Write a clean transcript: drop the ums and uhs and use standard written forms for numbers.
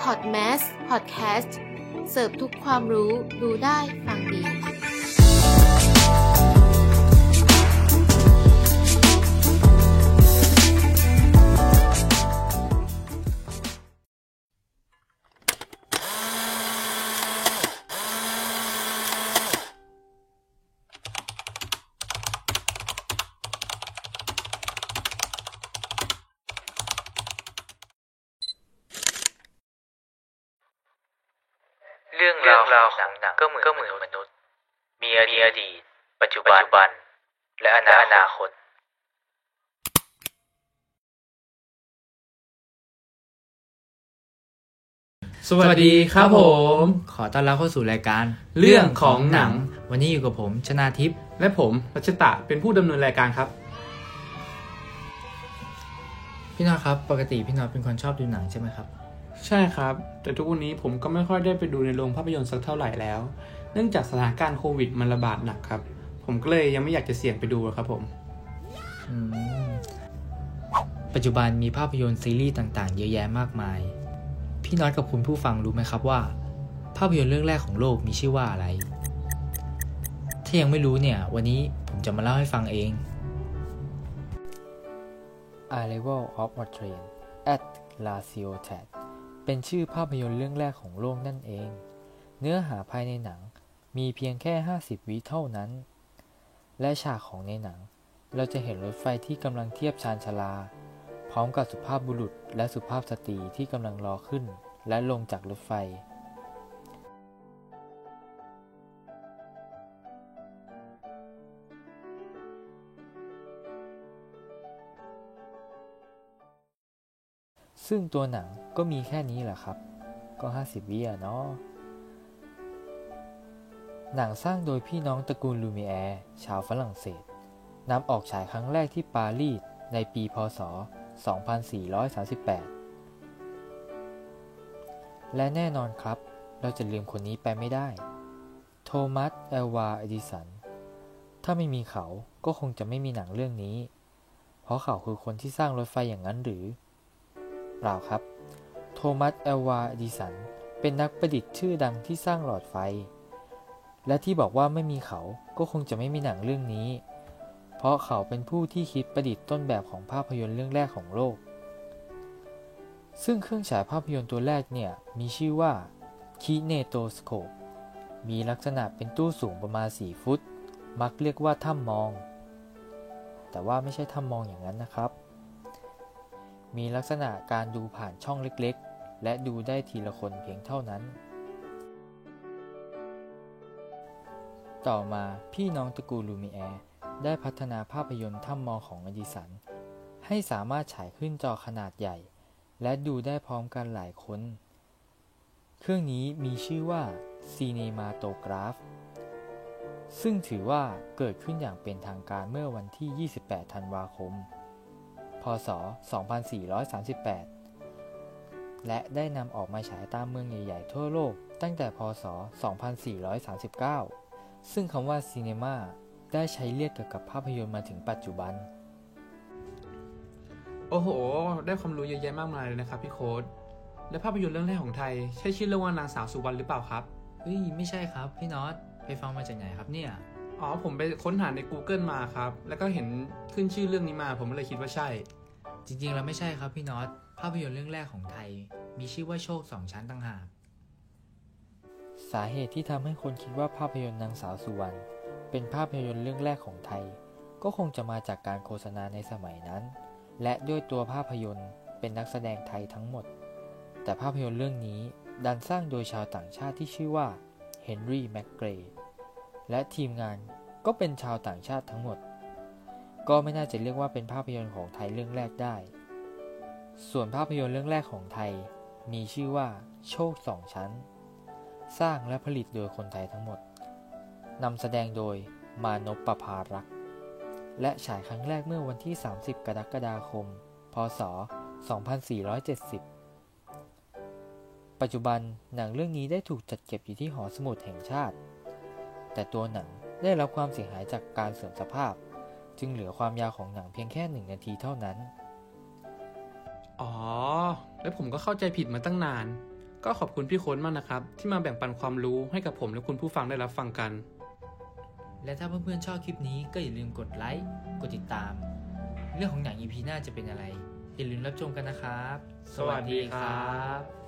Podmas Podcast เสิร์ฟทุกความรู้ดูได้ฟังดีเรื่องราวของหนังก็เหมือนมนุษย์มีอดีตปัจจุบันและอนาคตสวัสดีครับผมขอต้อนรับเข้าสู่รายการเรื่องของหนังวันนี้อยู่กับผมชนาทิพย์และผมรัชตะเป็นผู้ดำเนินรายการครับพี่น็อตครับปกติพี่น็อตเป็นคนชอบดูหนังใช่ไหมครับใช่ครับแต่ทุกวันนี้ผมก็ไม่ค่อยได้ไปดูในโรงภาพยนตร์สักเท่าไหร่แล้วเนื่องจากสถานการณ์โควิดมันระบาดหนักครับผมก็เลยยังไม่อยากจะเสี่ยงไปดูครับผมปัจจุบันมีภาพยนตร์ซีรีส์ต่างๆเยอะแยะมากมายพี่น็อตกับคุณผู้ฟังรู้ไหมครับว่าภาพยนตร์เรื่องแรกของโลกมีชื่อว่าอะไรถ้ายังไม่รู้เนี่ยวันนี้ผมจะมาเล่าให้ฟังเอง Arrival of a Train at La Ciotat เป็นชื่อภาพยนตร์เรื่องแรกของโลกนั่นเองเนื้อหาภายในหนังมีเพียงแค่50วิเท่านั้นและฉากของในหนังเราจะเห็นรถไฟที่กำลังเทียบชานชาลาพร้อมกับสุภาพบุรุษและสุภาพสตรีที่กำลังรอขึ้นและลงจากรถไฟซึ่งตัวหนังก็มีแค่นี้แหละครับก็50วิเนาะหนังสร้างโดยพี่น้องตระกูลลูมิแอร์ชาวฝรั่งเศสนำออกฉายครั้งแรกที่ปารีสในปีพ.ศ. 2438 และแน่นอนครับเราจะลืมคนนี้ไปไม่ได้โทมัส เอลวา เอดิสันถ้าไม่มีเขาก็คงจะไม่มีหนังเรื่องนี้เพราะเขาคือคนที่สร้างรถไฟอย่างนั้นหรือเปล่าครับโทมัส เอลวา เอดิสันเป็นนักประดิษฐ์ชื่อดังที่สร้างหลอดไฟและที่บอกว่าไม่มีเขาก็คงจะไม่มีหนังเรื่องนี้เพราะเขาเป็นผู้ที่คิดประดิษฐ์ต้นแบบของภาพยนตร์เรื่องแรกของโลกซึ่งเครื่องฉายภาพยนตร์ตัวแรกเนี่ยมีชื่อว่าคิเนโตสโคปมีลักษณะเป็นตู้สูงประมาณ4ฟุตมักเรียกว่าถ้ำมองแต่ว่าไม่ใช่ถ้ำมองอย่างนั้นนะครับมีลักษณะการดูผ่านช่องเล็กๆและดูได้ทีละคนเพียงเท่านั้นต่อมาพี่น้องตระกูลลูมิแอร์ได้พัฒนาภาพยนตร์ถ้ำมองของอดิสันให้สามารถฉายขึ้นจอขนาดใหญ่และดูได้พร้อมกันหลายคนเครื่องนี้มีชื่อว่าซีเนมาโตกราฟซึ่งถือว่าเกิดขึ้นอย่างเป็นทางการเมื่อวันที่28ธันวาคมพ.ศ. 2438และได้นำออกมาฉายตามเมืองใหญ่ๆทั่วโลกตั้งแต่พ.ศ. 2439ซึ่งคำว่าซีเนมาได้ใช้เรียกเกี่ยวกับภาพยนตร์มาถึงปัจจุบันโอ้โหได้ความรู้เยอะแยะมากมายเลยนะครับพี่โค้ดและภาพยนตร์เรื่องแรกของไทยใช่ชื่อเรื่องว่านางสาวสุวรรณหรือเปล่าครับเฮ้ยไม่ใช่ครับพี่น็อตไปฟังมาจากไหนครับเนี่ยอ๋อผมไปค้นหาใน Google มาครับแล้วก็เห็นขึ้นชื่อเรื่องนี้มาผมก็เลยคิดว่าใช่จริงๆแล้วไม่ใช่ครับพี่น็อตภาพยนตร์เรื่องแรกของไทยมีชื่อว่าโชค2ชั้นต่างหากสาเหตุที่ทำให้คนคิดว่าภาพยนตร์นางสาวสุวรรณเป็นภาพยนตร์เรื่องแรกของไทยก็คงจะมาจากการโฆษณาในสมัยนั้นและด้วยตัวภาพยนตร์เป็นนักแสดงไทยทั้งหมดแต่ภาพยนตร์เรื่องนี้ดันสร้างโดยชาวต่างชาติที่ชื่อว่าเฮนรี่แม็กเกรย์และทีมงานก็เป็นชาวต่างชาติทั้งหมดก็ไม่น่าจะเรียกว่าเป็นภาพยนตร์ของไทยเรื่องแรกได้ส่วนภาพยนตร์เรื่องแรกของไทยมีชื่อว่าโชค2ชั้นสร้างและผลิตโดยคนไทยทั้งหมดนำแสดงโดยมานพ ประภารักษ์และฉายครั้งแรกเมื่อวันที่30กรกฎาคมพ.ศ. 2470ปัจจุบันหนังเรื่องนี้ได้ถูกจัดเก็บอยู่ที่หอสมุดแห่งชาติแต่ตัวหนังได้รับความเสียหายจากการเสื่อมสภาพจึงเหลือความยาวของหนังเพียงแค่1นาทีเท่านั้นอ๋อแล้วผมก็เข้าใจผิดมาตั้งนานก็ขอบคุณพี่โค้ดมากนะครับที่มาแบ่งปันความรู้ให้กับผมและคุณผู้ฟังได้รับฟังกันและถ้าเพื่อนๆชอบคลิปนี้ก็อย่าลืมกดไลค์กดติดตามเรื่องของหนัง EP หน้าจะเป็นอะไรอย่าลืมรับชมกันนะครับสวัสดีครับ